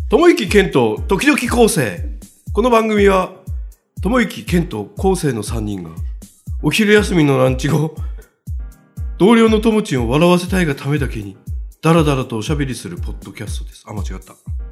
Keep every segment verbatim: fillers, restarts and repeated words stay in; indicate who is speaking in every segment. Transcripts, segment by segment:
Speaker 1: 友幸健と時々昴生。この番組は友幸健と昴生のさんにんがお昼休みのランチ後、同僚の友ちんを笑わせたいがためだけにダラダラとおしゃべりするポッドキャストです。あ、間違った。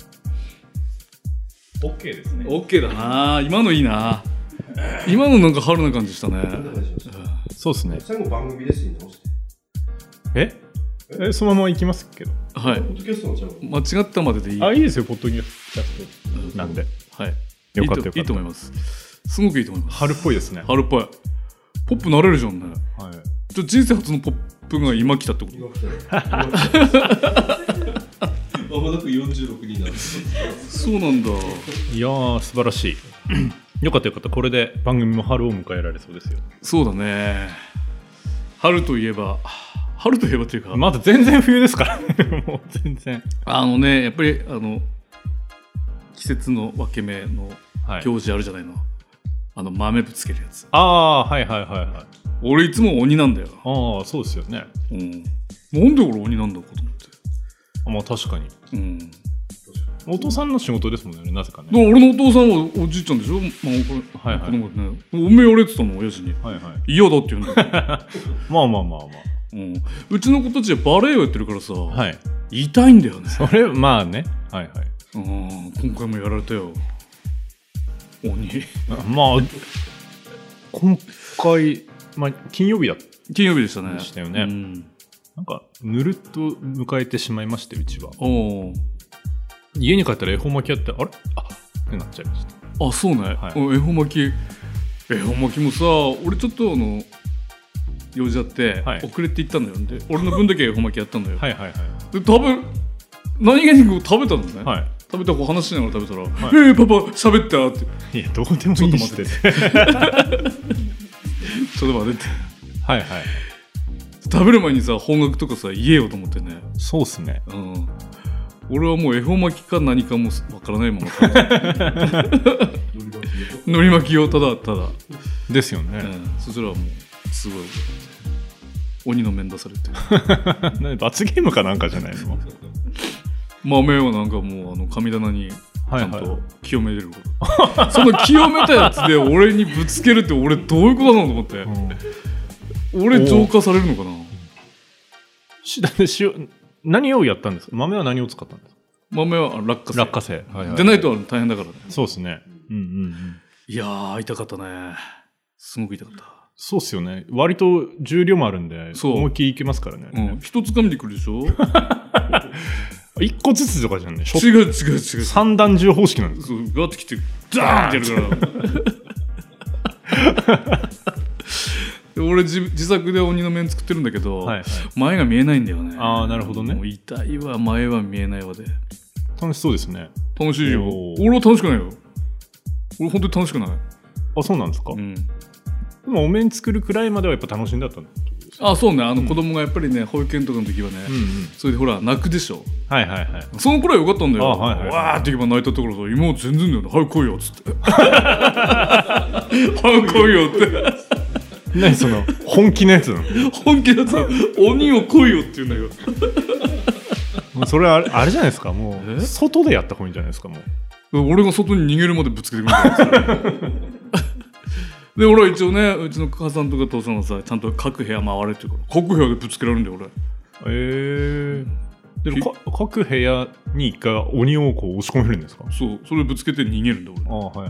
Speaker 2: OK ですね。
Speaker 3: OK だな。今のいいな。今のなんか春な感じしたね。
Speaker 2: そうですね。
Speaker 1: 最後番組ですに直して。
Speaker 2: ええそのまま行きますけど。
Speaker 3: はい。
Speaker 1: ポッドキャストのちゃう。
Speaker 3: 間違ったまででいい。
Speaker 2: あ、いいですよ、ポッドキャストなんで。
Speaker 3: はい。
Speaker 2: よかったよかった。
Speaker 3: いいと思います。すごくいいと思います。
Speaker 2: 春っぽいですね。
Speaker 3: 春っぽい。ポップなれるじゃんね。
Speaker 2: はい。
Speaker 3: じゃあ人生初のポップが今来たってこと？
Speaker 1: 今来たよ。まもなくよんじゅうろくになる。
Speaker 3: そうなんだ。
Speaker 2: いやー、素晴らしい。よかったよかった。これで番組も春を迎えられそうですよ。
Speaker 3: そうだね。春といえば、春といえばというか、
Speaker 2: まだ全然冬ですからね。もう全然。
Speaker 3: あのね、やっぱりあの季節の分け目の行事あるじゃないの。はい、あの豆ぶつけるやつ。
Speaker 2: ああ、はいはいはいはい。
Speaker 3: 俺いつも鬼なんだよ。
Speaker 2: ああ、そうですよね。
Speaker 3: うん。なんで俺鬼なんだろうと思って。
Speaker 2: あ、まあ確かに。
Speaker 3: うん。
Speaker 2: お父さんの仕事ですもんね、なぜかね。
Speaker 3: 俺のお父さんはおじいちゃんでしょ、まあ、これ、はいはい、子供ね、おめえやれって言ったの、親父に。はいはい。嫌だって言うんだよ。
Speaker 2: まあまあまあまあ。
Speaker 3: うん。うちの子たちはバレエをやってるからさ、
Speaker 2: はい。
Speaker 3: 痛いんだよね。
Speaker 2: それ、まあね。はいはい。
Speaker 3: うん。今回もやられたよ。鬼。
Speaker 2: まあ、今回、まあ、金曜日だった。
Speaker 3: 金曜日でしたね。
Speaker 2: でしたよね。うん、なんか、ぬるっと迎えてしまいまして、うちは。お家に帰ったら恵方巻きあって、あれあってなっちゃいました。
Speaker 3: あ、そうね。はい、恵方巻き。恵方巻きもさ、俺ちょっとあの、用事あって、はい、遅れて行ったのよ。で、俺の分だけ恵方巻きやったのよ。はいはいはい。で、食べ、何気にこう食べたのね。はい。食べたこう話しながら食べたら、はい、えー、パパ喋ったって。
Speaker 2: いや、どうでもいいしてちょっ
Speaker 3: と待ってて。
Speaker 2: はいはい。
Speaker 3: 食べる前にさ、方角とかさ、言えよと思ってね。
Speaker 2: そうっすね。
Speaker 3: うん。俺はもう恵方巻きか何かもわからないまま海苔巻きをただただ
Speaker 2: ですよね、
Speaker 3: うん、そしたらもうすごい鬼の面出されて
Speaker 2: 罰ゲームかなんかじゃないの
Speaker 3: 豆はなんかもうあの神棚にちゃんと清めれること、はいはい、その清めたやつで俺にぶつけるって俺どういうことなのと思って、うん、俺浄化されるのかな。
Speaker 2: しだねし何をやったんですか。豆は何を使ったんですか。
Speaker 3: 豆は落花生。
Speaker 2: 落花生、はいはい、
Speaker 3: でないと大変だからね。
Speaker 2: そうですね。うんうんうん。
Speaker 3: いやー痛かったね。すごく痛かった。
Speaker 2: そうっすよね。割と重量もあるんで、思いっきりいけますからね。
Speaker 3: うん。一つかみでくるでしょ。
Speaker 2: 一個ずつとかじゃんね。
Speaker 3: 違う違う違う。
Speaker 2: 三段重方式なんです。
Speaker 3: そうガーってきてダーンってやるから。俺 自, 自作で鬼の面作ってるんだけど、はいはい、前が見えないんだよね。
Speaker 2: ああ、なるほどね。
Speaker 3: もう痛いわ、前は見えないわで。
Speaker 2: 楽しそうですね。
Speaker 3: 楽しいよ。俺は楽しくないよ。俺本当に楽しくない。
Speaker 2: あ、そうなんですか。うん、でもお面作るくらいまではやっぱ楽しんだったんですか。
Speaker 3: あ、そうね。あの子供がやっぱりね、保育園とかの時はね、うんうん、それでほら泣くでしょ。はいはいはい。そのくらい良かったんだよ。あ、はいはいはい、わーって言えば泣いたところさ、今は全然だよね。早く来いよっつって。早く来いよって。
Speaker 2: 何その本気のやつなの。
Speaker 3: 本気のやつは鬼を来いよって言うんだよ。
Speaker 2: もうそれはあれ、あれじゃないですか。もう外でやった方がいいんじゃないですか。も
Speaker 3: う俺が外に逃げるまでぶつけてくるんだよ。で俺は一応ね、うちの母さんとか父さんはさ、ちゃんと各部屋回れって言うから各部屋でぶつけられるんだよ俺。
Speaker 2: えー、でも各部屋に一回鬼をこう押し込めるんですか。
Speaker 3: そう、それぶつけて逃げるんだよ俺。あ、
Speaker 2: はいはい。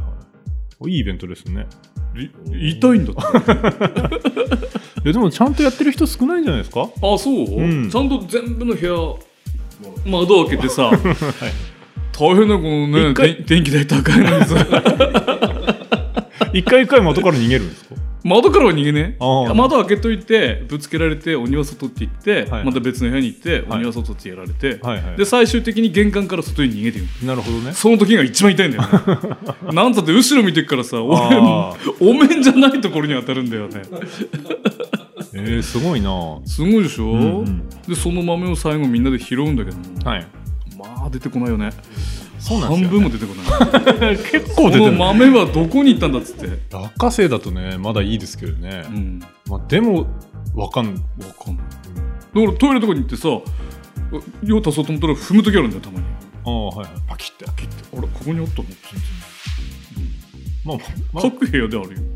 Speaker 2: いいイベントですね。
Speaker 3: 痛いんだって
Speaker 2: いやでもちゃんとやってる人少ないんじゃないですか。
Speaker 3: あ、そう、うん、ちゃんと全部の部屋窓開けてさ、はい、大変なこのね電気代高いのにさ
Speaker 2: 一回一回窓から逃げるんですか。
Speaker 3: 窓からは逃げね。窓開けといてぶつけられて鬼は外って言って、はいはい、また別の部屋に行って、はい、鬼は外ってやられて、はいはい、で最終的に玄関から外に逃げてる。
Speaker 2: なるほどね。
Speaker 3: その時が一番痛いんだよね。なんだって後ろ見てるからさ、俺お面じゃないところに当たるんだよね。
Speaker 2: えー、すごいな。
Speaker 3: すごいでしょ、うんうん、でその豆を最後みんなで拾うんだけども、はい、まあ出てこないよね。
Speaker 2: そうなんですよね、
Speaker 3: 半分も出てこない。
Speaker 2: 結構出てる。
Speaker 3: この豆はどこに行ったんだっつって。
Speaker 2: 落花生だとねまだいいですけどね、うん、まあ、でもわかんわかんない。
Speaker 3: だからトイレとかに行ってさ用足そうと思ったら踏むときあるんだよたまに。
Speaker 2: ああ、はいはい。パキッて
Speaker 3: パキッて、あれここにあったの、
Speaker 2: まあ、まあ、
Speaker 3: 各部屋であるよ。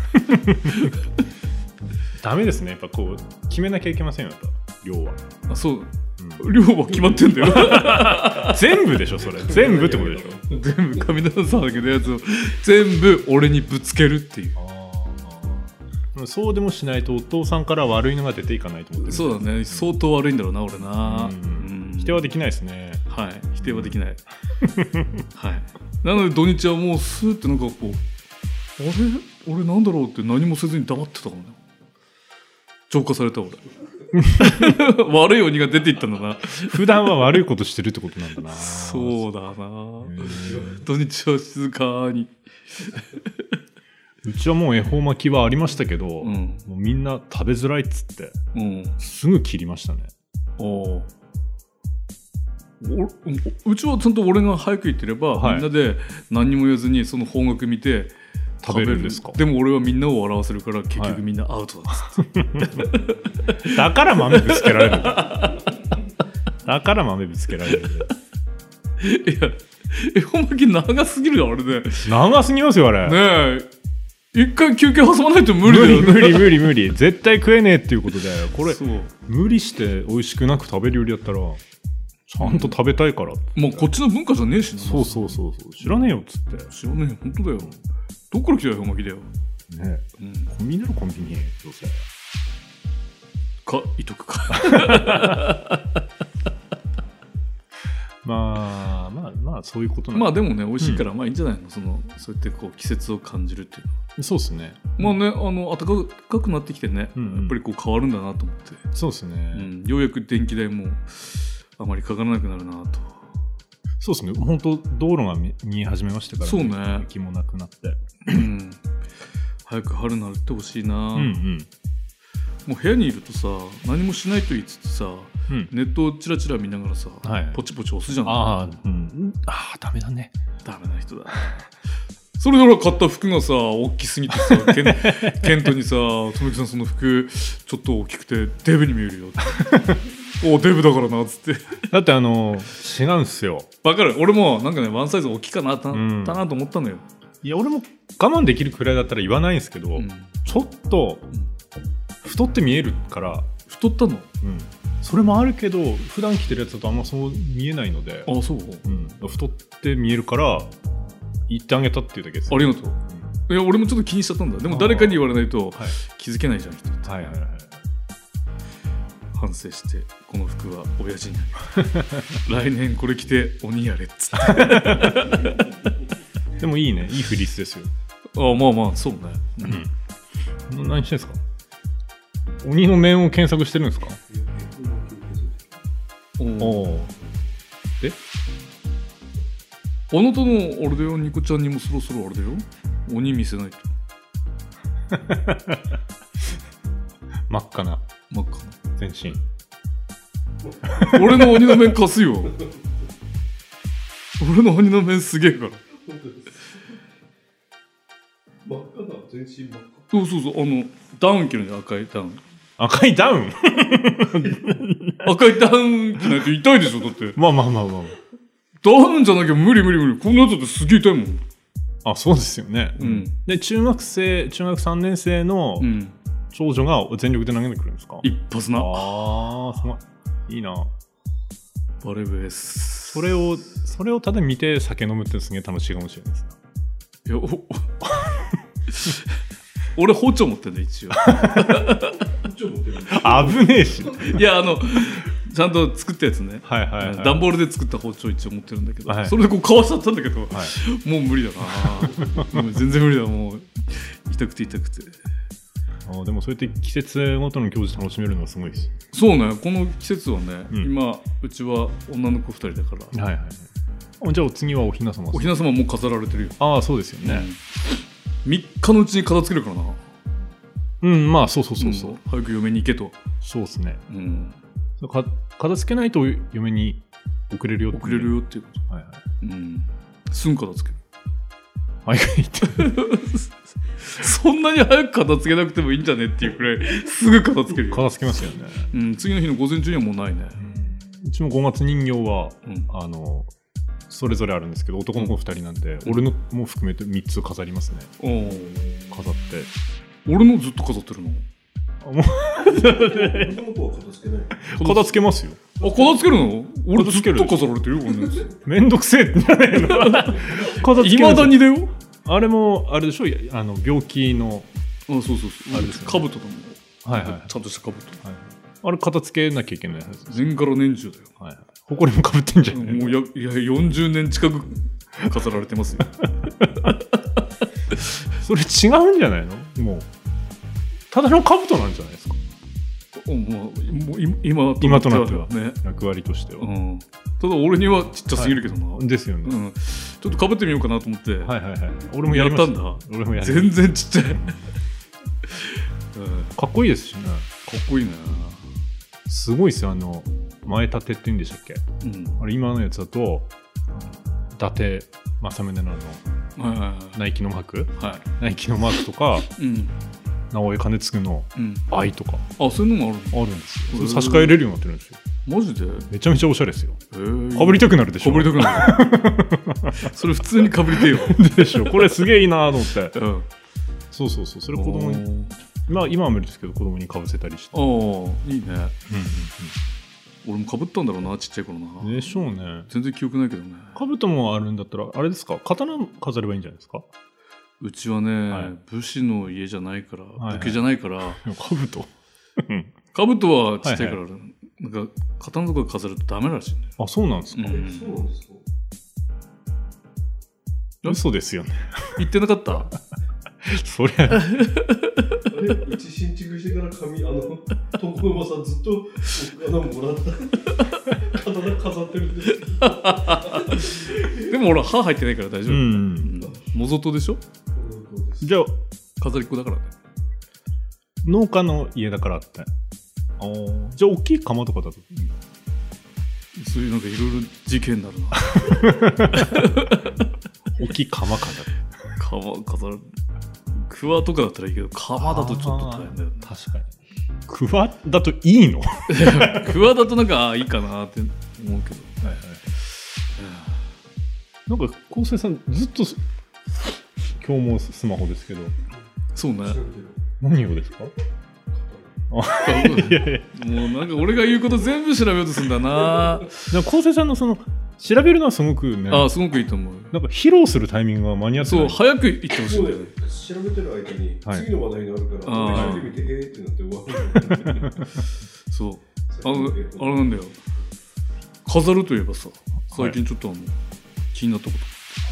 Speaker 2: ダメですね。やっぱこう決めなきゃいけませんよ。やっぱ量は。
Speaker 3: あ、そう。うん、量は決まってんだよ。
Speaker 2: 全部でしょそれ。全部ってことでしょ。
Speaker 3: 全部神田さんだけのやつを全部俺にぶつけるっていう。
Speaker 2: あ、そうでもしないとお父さんから悪いのが出ていかないと思って。
Speaker 3: そうだね。相当悪いんだろうな俺な。
Speaker 2: うんうん、否定はできないですね。
Speaker 3: はい。否定はできない。はい。なので土日はもうスーってなんかこう、あれ俺なんだろうって何もせずに黙ってたからね。浄化された俺。悪い鬼が出ていったんだな。
Speaker 2: 普段は悪いことしてるってことなんだな。
Speaker 3: そうだな。土日は静かに。
Speaker 2: うちはもう恵方巻きはありましたけど、うん、もうみんな食べづらいっつって、うん、すぐ切りましたね。
Speaker 3: おうちはちゃんと俺が早く行ってれば、はい、みんなで何にも言わずにその方角見て
Speaker 2: 食べるんですか。
Speaker 3: でも俺はみんなを笑わせるから結局みんなアウトだっつって、
Speaker 2: はい、だから豆ぶつけられるだから豆ぶつけられる
Speaker 3: いや恵方巻き長すぎるよあれね。
Speaker 2: 長すぎますよあれ
Speaker 3: ねえ。一回休憩挟まないと無理だよね。
Speaker 2: 無理無理無理無理絶対食えねえっていうことでこれ無理して美味しくなく食べるよりだったらちゃんと食べたいから、
Speaker 3: うん、もうこっちの文化じゃねえしな。
Speaker 2: そうそうそうそう知らねえよっつって。
Speaker 3: 知らねえよ本当だよ。どっから来たよ恵方巻きだよ。ね
Speaker 2: え、うん、コンビニだろコンビニどうせ
Speaker 3: かいとくか
Speaker 2: まあまあまあそういうことなん
Speaker 3: まあでもね美味しいから、うん、まあいいんじゃないの。そのそうやってこう季節を感じるっていうのは。
Speaker 2: そうですね。
Speaker 3: まあねあの暖かくなってきてね、うんうん、やっぱりこう変わるんだなと思って。
Speaker 2: そうですね、
Speaker 3: うん、ようやく電気代もあまりかからなくなるなと。
Speaker 2: そうですね本当道路が見え始めましたから、
Speaker 3: ね、そうね
Speaker 2: 雪もなくなって、
Speaker 3: うん、早く春になってほしいな、
Speaker 2: うんうん、
Speaker 3: もう部屋にいるとさ何もしないと言いつつさ、うん、ネットをチラチラ見ながらさ、はい、ポチポチ押すじゃん。
Speaker 2: あ、うん、あダメだね
Speaker 3: ダメな人だそれで俺買った服がさ大きすぎてさケン, ケントにさとめきさんその服ちょっと大きくてデブに見えるよおデブだからなっつって
Speaker 2: だってあの違うんすよ。
Speaker 3: わかる。俺もなんかねワンサイズ大きいかなた、うん、なと思ったのよ。
Speaker 2: いや俺も我慢できるくらいだったら言わないんですけど、うん、ちょっと太って見えるから
Speaker 3: 太ったの、
Speaker 2: うん、それもあるけど普段着てるやつだとあんまそう見えないので。
Speaker 3: あそう、
Speaker 2: うん、太って見えるから言ってあげたっていうだけです。
Speaker 3: ありがとう、うん、いや俺もちょっと気にしちゃったんだ。でも誰かに言われないと気づけないじゃん人って、はいはいはいはい、反省してこの服は親父に来年これ着て鬼やれっつって
Speaker 2: でもいいねいいフリースですよ。
Speaker 3: あまあまあそうね、
Speaker 2: うん、何してんすか。鬼の面を検索してるんですか。
Speaker 3: おおえあなたのあれだよニコちゃんにもそろそろあれだよ鬼見せないと
Speaker 2: 真っ赤な
Speaker 3: 真っ赤な
Speaker 2: 全身
Speaker 3: 俺の鬼の面貸すよ俺の鬼の面すげえから
Speaker 1: 真っ赤な全身真っ赤。
Speaker 3: そうそうそうあのダウン着るね赤いダウン
Speaker 2: 赤いダウン
Speaker 3: 赤いダウン着ないと痛いでしょだって
Speaker 2: まあまあまあまあ
Speaker 3: ダウンじゃなきゃ無理無理無理こんなやつだってすげえ痛いもん。
Speaker 2: あそうですよね、
Speaker 3: うん、
Speaker 2: で中学生中学さんねん生の長女が全力で投げてくるんですか。
Speaker 3: 一発な。
Speaker 2: ああすごいいいな
Speaker 3: バレブです。
Speaker 2: それをそれをただ見て酒飲むってすげえ楽しいかもしれないです。
Speaker 3: いやお俺包丁持ってんだ一応
Speaker 2: 危ねえし
Speaker 3: いやあのちゃんと作ったやつね、
Speaker 2: はいはいはい、
Speaker 3: 段ボールで作った包丁一応持ってるんだけど、はい、それでこうかわしちゃったんだけど、はい、もう無理だなもう全然無理だもう痛くて痛くて。
Speaker 2: あでもそうやって季節ごとの行事楽しめるのはすごいです。
Speaker 3: そうねこの季節はね、うん、今うちは女の子ふたりだから、
Speaker 2: はいはい、じゃあ次はお雛様。
Speaker 3: お雛様もう飾られてるよ。
Speaker 2: ああそうですよね、うん、
Speaker 3: みっかのうちに片付けるからな。
Speaker 2: うんまあそうそうそうそう、うん、
Speaker 3: 早く嫁に行けと。
Speaker 2: そうですね、
Speaker 3: うん、
Speaker 2: か片付けないと嫁に遅れるよって、ね、
Speaker 3: 遅れるよっていうこと、はいはいうん、すぐ片付ける。
Speaker 2: 早く行って
Speaker 3: そんなに早く片付けなくてもいいんじゃねっていうくらいすぐ片付けるよ。
Speaker 2: 片付けますよね、
Speaker 3: うん、次の日の午前中にはもうないね、
Speaker 2: うん、うちもごがつ人形は、うん、あのそれぞれあるんですけど、男の子ふたりなんで、うん、俺のも含めてみっつ飾りますね。お飾って。
Speaker 3: 俺のずっと飾ってるの？
Speaker 2: あ、もう
Speaker 1: 男の子は片付けない。
Speaker 2: 片付けますよ。
Speaker 3: あ、片付けるの？俺ずっと飾られてるよ。
Speaker 2: めんどくせえってなれるの。片付ける。
Speaker 3: 未だにだよ。
Speaker 2: あれもあれでしょ、あの病気の。
Speaker 3: あ、そうそうそう。あれですね。兜だもん。
Speaker 2: はいはい。
Speaker 3: ちゃんとした兜。はい。
Speaker 2: あれ片付けなきゃいけないはず。
Speaker 3: 年がら年中だよ。
Speaker 2: はい。埃もかぶってんじゃん。
Speaker 3: もうやいやよんじゅうねん近く飾られてますよ。
Speaker 2: それ違うんじゃないの？もうただの兜なんじゃないですか。
Speaker 3: もうもう今
Speaker 2: 今となってはね、役割としては。うん、
Speaker 3: ただ俺にはちっちゃすぎるけどな。
Speaker 2: はい、ですよね、
Speaker 3: うん。ちょっと被ってみようかなと思って。
Speaker 2: はいはいはい。
Speaker 3: 俺もやったんだ。
Speaker 2: 俺もや
Speaker 3: 全然ちっちゃい。
Speaker 2: かっこいいですしね。
Speaker 3: かっこいいね。
Speaker 2: すごいですよ、あの前立てって言うんでしたっけ、うん、あれ今のやつだと伊達政宗のあの、はいはいはい、ナイキのマーク、はい、ナイキのマークとか、うん、直江兼続の愛とか、
Speaker 3: うん、あ、そういうのもある
Speaker 2: のあるんですよ。それ差し替えれるようになってるんですよ。
Speaker 3: マジで？
Speaker 2: めちゃめちゃおしゃれですよ。かぶりたくなるでしょ。
Speaker 3: かぶりたくなる。それ普通にかぶりてよ。
Speaker 2: でしょ。これすげえいいなと思って、うん、そうそうそう。それ子供にまあ、今は無理ですけど子供にかぶせたりして。
Speaker 3: ああ、いいね、うんうんうん、俺もかぶったんだろうな、ちっちゃい頃な。
Speaker 2: でしょうね。
Speaker 3: 全然記憶ないけどね。
Speaker 2: かぶともあるんだったらあれですか、刀飾ればいいんじゃないですか。
Speaker 3: うちはね、はい、武士の家じゃないから、はいはい、武家じゃないからか
Speaker 2: ぶと
Speaker 3: かぶとはちっちゃいから、はいはい、なんか刀とか飾るとダメらしいね。
Speaker 2: あ、そうなんですか、うん、そうなんですか。嘘ですよね。
Speaker 3: 言ってなかった
Speaker 2: そりゃ
Speaker 1: うち新築してから髪、あの東小山さんずっとあのもらった刀飾ってるんで
Speaker 3: でも俺歯入ってないから大丈夫。うん、モゾトでしょ。
Speaker 2: じゃあ
Speaker 3: 飾りっ子だからね。
Speaker 2: 農家の家だからって。あ、じゃあ大きい窯とかだと
Speaker 3: そういうなんかいろいろ事件になるな。
Speaker 2: 大きい窯飾る
Speaker 3: 窯飾る。クワとかだったらいいけど、窯だとちょっと大変だよね。
Speaker 2: 確かに。クワだといいの？
Speaker 3: クワだとなんかいいかなって思うけど。はいはい。
Speaker 2: なんか昴生さんずっと今日もスマホですけど。
Speaker 3: そうね。
Speaker 2: 何をですか？
Speaker 3: いやいやもうなんか俺が言うこと全部調べようとするんだな。
Speaker 2: 昴生さんのその調べるのはすごくね。
Speaker 3: ああ、すごくいいと思う。
Speaker 2: なんか披露するタイミングが間に合ってない。
Speaker 3: そう、早く言ってほしいんだよね。
Speaker 1: 調べてる間に次の話題があるから、はい、調べてみてへーってなって終わる。
Speaker 3: そう。あの、あれなんだよ。飾るといえばさ、最近ちょっとあの、はい、気になったこと。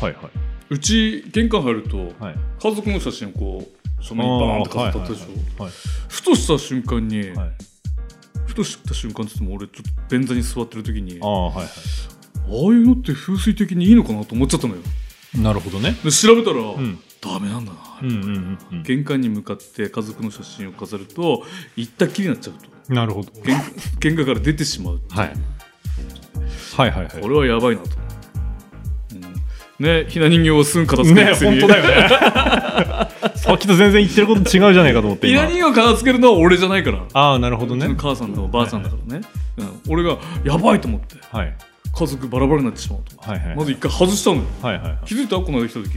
Speaker 3: はいはい。うち玄関入ると、はい、家族の写真をこうそのままバーンって飾ってあったでしょ。ふとした瞬間に、はい、ふとした瞬間って言っても俺ちょっと便座に座ってる時に、あ、はいはい、ああいうのって風水的にいいのかなと思っちゃったのよ。
Speaker 2: なるほどね。
Speaker 3: で調べたら、うん、ダメなんだな、
Speaker 2: うんうんうんうん、
Speaker 3: 玄関に向かって家族の写真を飾ると行ったきりになっちゃうと。
Speaker 2: なるほど。
Speaker 3: 玄関から出てしまう、
Speaker 2: はい、はいはいはい。
Speaker 3: これはやばいなと、うん、ね、ひな人形をすん片付けるくせに、
Speaker 2: ね、本当だよね。さっきと全然言ってること違うじゃないかと思って。
Speaker 3: ひな人形を片付けるのは俺じゃないから。
Speaker 2: ああ、なるほどね。
Speaker 3: うちの母さんとばあさんだからね、はいはい、うん、俺がやばいと思って、はい、家族バラバラになってしまうと、はいはいはい、まず一回外したのよ、はいはいはい、気づいた？この間来た時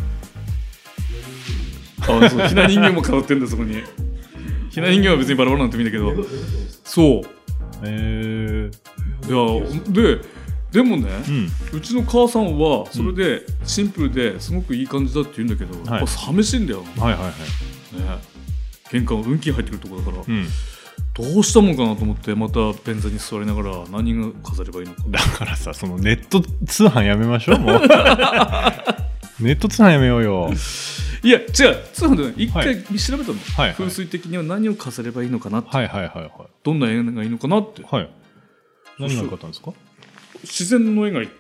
Speaker 3: あ、そう、ひな人形も飾ってんだそこに。ひな人形は別にバラバラなんてもいいんだけど、そう、へえー、いやででもね、うん、うちの母さんはそれでシンプルですごくいい感じだって言うんだけど、うん、やっぱ寂しいんだよ、はいはいはい、ね、玄関運気入ってくるところだから、うん、どうしたもんかなと思ってまた便座に座りながら何が飾ればいいのか。
Speaker 2: だからさ、そのネット通販やめましょう。もうネット通販やめようよ。
Speaker 3: いや違う、通販でね、一回調べたの、はいはい、風水的には何を飾ればいいのかなって、はいはいはいはい、どんな絵がいいのかなって、はい、
Speaker 2: 何が良かったんですか？
Speaker 3: 自然の絵がいいって、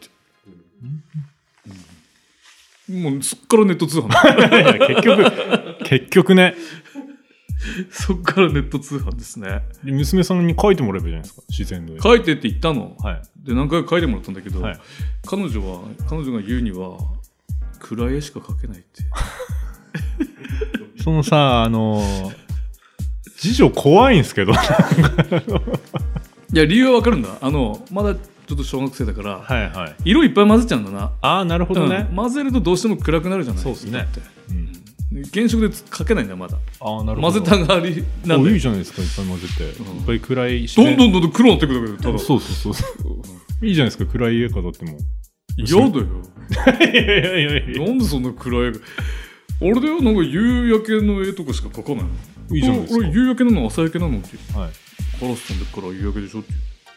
Speaker 3: うん、もうそっからネット通販
Speaker 2: 結局結局ね
Speaker 3: そっからネット通販ですね。
Speaker 2: 娘さんに描いてもらえばいいじゃないですか、自然の絵。
Speaker 3: 描いてって言ったの、はい、で何回か描いてもらったんだけど、はい、彼女は彼女が言うには暗い絵しか描けないって
Speaker 2: そのさ、あのー、次女怖いんすけどい
Speaker 3: や理由は分かるんだ。あのまだちょっと小学生だから、
Speaker 2: はいはい、
Speaker 3: 色いっぱい混ぜちゃうんだな。
Speaker 2: ああなるほどね、
Speaker 3: うん、混ぜるとどうしても暗くなるじゃない。
Speaker 2: そうですね、
Speaker 3: うん、原色でかけないんだよまだ。
Speaker 2: あなるほど。
Speaker 3: 混ぜたがりなん
Speaker 2: でいいじゃないですか、いっぱい混ぜて、うん、いっぱい暗い
Speaker 3: どんどんどんどん黒になってくるだけど、ただ
Speaker 2: そうそうそういいじゃないですか、暗い絵飾っても。
Speaker 3: 嫌だよいやいやいやいやなんでそんな暗い絵俺だよ、なんか夕焼けの絵とかしか描かないの。
Speaker 2: いいじゃないですか。
Speaker 3: 俺夕焼けなの朝焼けなのって、はい、カラス飛んでから夕焼けでしょって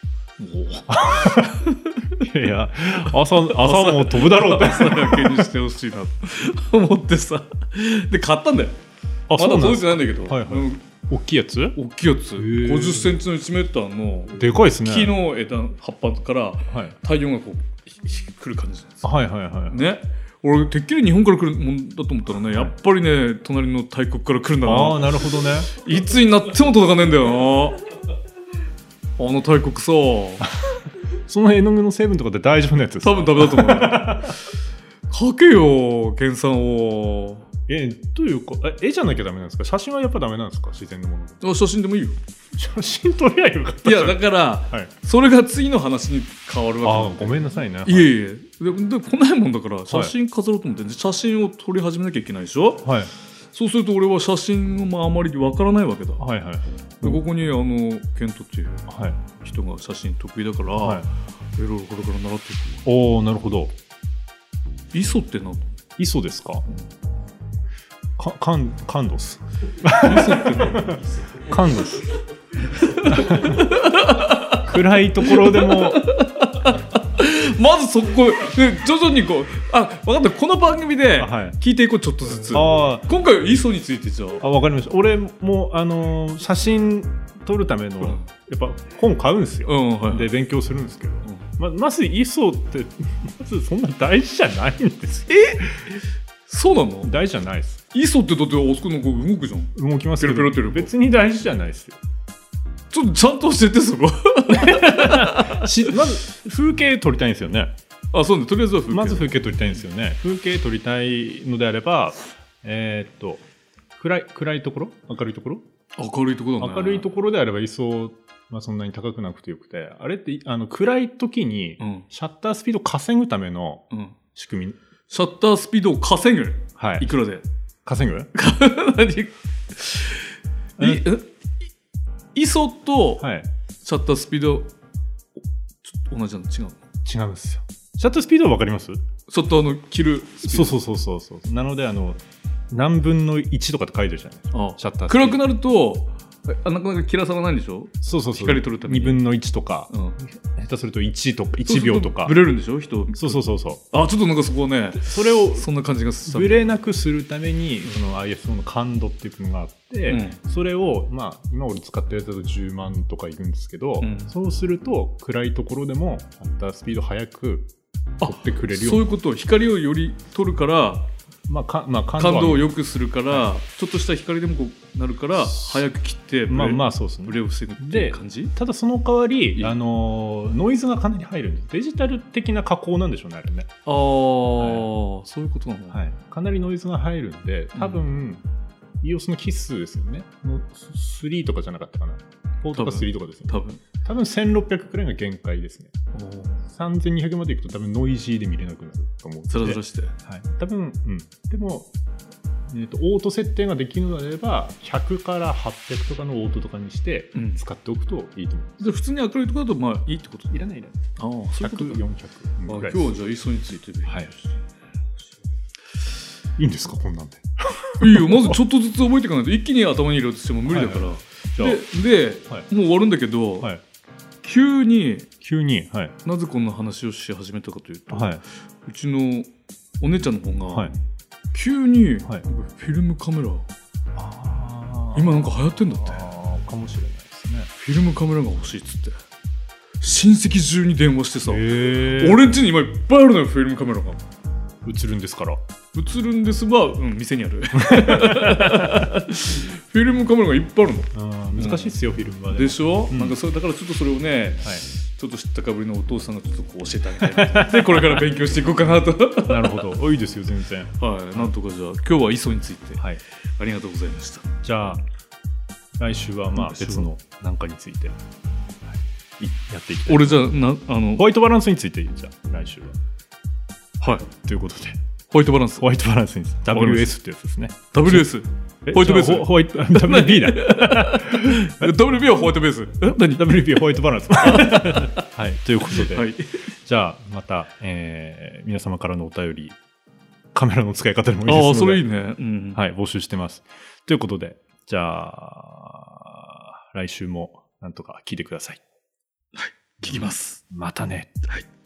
Speaker 2: いやいや 朝, 朝も飛ぶだろうって
Speaker 3: 朝焼けにしてほしいなと思ってさで買ったんだよ。あまだ届いてないんだけど、はいはい、
Speaker 2: 大きいやつ
Speaker 3: 大きいやつごじゅっセンチのいちメーターの
Speaker 2: でかいですね。
Speaker 3: 木の枝葉っぱから太陽がこう来る感じなんです。
Speaker 2: はいはいはいね。
Speaker 3: 俺てっきり日本から来るもんだと思ったらね、はい、やっぱりね隣の大国から来るんだな。
Speaker 2: ああなるほどね。
Speaker 3: いつになっても届かねえんだよなあの大国さ
Speaker 2: その絵の具の成分とかって大丈夫なやつですか。
Speaker 3: 多分ダメだと思うかけよ研鑽を。
Speaker 2: えというか絵じゃなきゃダメなんですか。写真はやっぱダメなんですか、自然のもので。
Speaker 3: あ写真でもいいよ。
Speaker 2: 写真撮りゃよかった。
Speaker 3: いやだから、はい、それが次の話に変わるわ
Speaker 2: け。あごめんなさいね。
Speaker 3: いえいえでで来ないもんだから写真飾ろうと思って、はい、写真を撮り始めなきゃいけないでしょ。はい。そうすると俺は写真もあまりわからないわけだ。はいはい。でここにあのケントっていう人が写真得意だから、はい、いろいろこれから習っていく。
Speaker 2: おーなるほど。
Speaker 3: イソって何？
Speaker 2: イソですか。かカンカンドス。
Speaker 3: イソって何？
Speaker 2: カンドス。暗いところでも
Speaker 3: まずそこで徐々にこうあ分かった。この番組で聞いていこうちょっとずつ。あ今回はイソについてじゃあ。
Speaker 2: あ分かりました。俺もあのー、写真撮るための、うん、やっぱ本買うんですよ、うんはい、で勉強するんですけど、うんま、まずイソってまずそんな大事じゃないんですよ。
Speaker 3: えそうなの？
Speaker 2: 大事じゃないです。
Speaker 3: イソってだってあそこのこう動くじゃん。
Speaker 2: 動きますけど
Speaker 3: ペロペロペロ
Speaker 2: 別に大事じゃないですよ。
Speaker 3: ちょっとちゃんと教えてそこ
Speaker 2: しまず風景撮りたいんですよね。
Speaker 3: あそうね。とりあえずは風景。
Speaker 2: まず風景撮りたいんですよね。風景撮りたいのであればえー、っと暗い暗いところ明るいところ
Speaker 3: 明るいところだね。
Speaker 2: 明るいところであればイソまあ、そんなに高くなくてよくて、あれってあの暗い時にシャッタースピードを稼ぐための仕組み、うん、
Speaker 3: シャッタースピードを稼ぐ、はい、いくらで
Speaker 2: 稼ぐ
Speaker 3: 何いイソとシャッタースピード、はい、ちょっと同じなの違う
Speaker 2: の？違うんですよ。シャッタースピードは分かります？
Speaker 3: シャッターの切るスピード。
Speaker 2: そうそうそうそうなのであの何分のいちとかって書いてるじゃないですか。ああシャッタースピード
Speaker 3: 暗くなるとあなかなか切らさないんでしょ。
Speaker 2: そうそうそう
Speaker 3: 光取るために
Speaker 2: にぶんのいちとか、うん、下手するといちとかいちびょうとか
Speaker 3: ブレるんでしょ人。
Speaker 2: そうそうそうそう。
Speaker 3: あちょっとなんかそこはね
Speaker 2: それを
Speaker 3: そんな感じがした。
Speaker 2: ブレなくするためにその アイエスオー の感度っていうのがあって、うん、それをまあ今俺使ってるやつだとじゅうまんとかいくんですけど、うん、そうすると暗いところでもシャッタースピード速く取ってくれるような。
Speaker 3: そういうこと。光をより取るから
Speaker 2: まあかまあ、
Speaker 3: 感度を良くするから、はい、ちょっとした光でもこうなるから早く切ってブレ、まあまあそうですね、ブレを防ぐっていう感じ。
Speaker 2: ただその代わりあのノイズがかなり入るんです。デジタル的な加工なんでしょうねあれね。
Speaker 3: ああ、はい、そういうことなの、
Speaker 2: はい、かなりノイズが入るんで多分、うん、イオス のキスですよねのスリーとかじゃなかったかな。フォーとかスリーとかですね。多分多分せんろっぴゃくくらいが限界ですね。さんぜんにひゃくまでいくと多分ノイジーで見れなくなると思うんで。
Speaker 3: ザラザラして。
Speaker 2: はい。多分、うん。でも、えーと、オート設定ができるのであれば、ひゃくからはっぴゃくとかのオートとかにして使っておくといいと思います。
Speaker 3: うん、じゃあ普通に明るいところだとまあいいってこと？
Speaker 2: いらないいらない。
Speaker 3: ああ、そういうことか。
Speaker 2: ひゃく、よんひゃく。
Speaker 3: あ、今日はじゃあイソについてで。はい。
Speaker 2: いいんですかこんなんで。
Speaker 3: いいよ。まずちょっとずつ覚えていかないと一気に頭に入れようとしても無理だから。はいはい、で、で、はい、もう終わるんだけど、はい、急に
Speaker 2: 急に、はい、
Speaker 3: なぜこんな話をし始めたかというと、はい、うちのお姉ちゃんの方が、はい、急に、はい、フィルムカメラ、あ今なんか流行ってんだって。
Speaker 2: あかもしれないですね。
Speaker 3: フィルムカメラが欲しいっつって親戚中に電話してさ、俺ん家に今いっぱいあるのよフィルムカメラが。
Speaker 2: 映るんですから
Speaker 3: 映るんですが、うん、店にあるフィルムカメラがいっぱいあるの。
Speaker 2: あ難しいっすよ、うん、フィルムは
Speaker 3: で, でしょ、うん、なんかそれだからちょっとそれをね、はい、ちょっと知ったかぶりのお父さんがちょっとこう教えてあげたいでこれから勉強していこうかなと
Speaker 2: なるほどいいですよ全然。
Speaker 3: はい、なんとかじゃあ今日はイソについて、はい、ありがとうございました。
Speaker 2: じゃあ来週はまあ別の何かについて、はい、 やっていきたい。
Speaker 3: 俺じゃなあの
Speaker 2: ホワイトバランスについてじゃあ来週は。
Speaker 3: はい。
Speaker 2: ということで
Speaker 3: ホワイトバランス。
Speaker 2: ホワイトバランスについて ダブリューエス ってやつですね。
Speaker 3: ダブリューエス。ホワイトベース。
Speaker 2: ホワイト ダブリュービー だ。
Speaker 3: ダブリュービー はホワイトベース。
Speaker 2: え何 ダブリュービー はホワイトバランス。はい。ということで、
Speaker 3: はい、
Speaker 2: じゃあまた、えー、皆様からのお便り、カメラの使い方でもいいですので、
Speaker 3: ああそれいいね。うん、
Speaker 2: はい募集してます。ということで、じゃあ来週もなんとか聞いてください。
Speaker 3: はい。聞きます。
Speaker 2: またね。
Speaker 3: はい。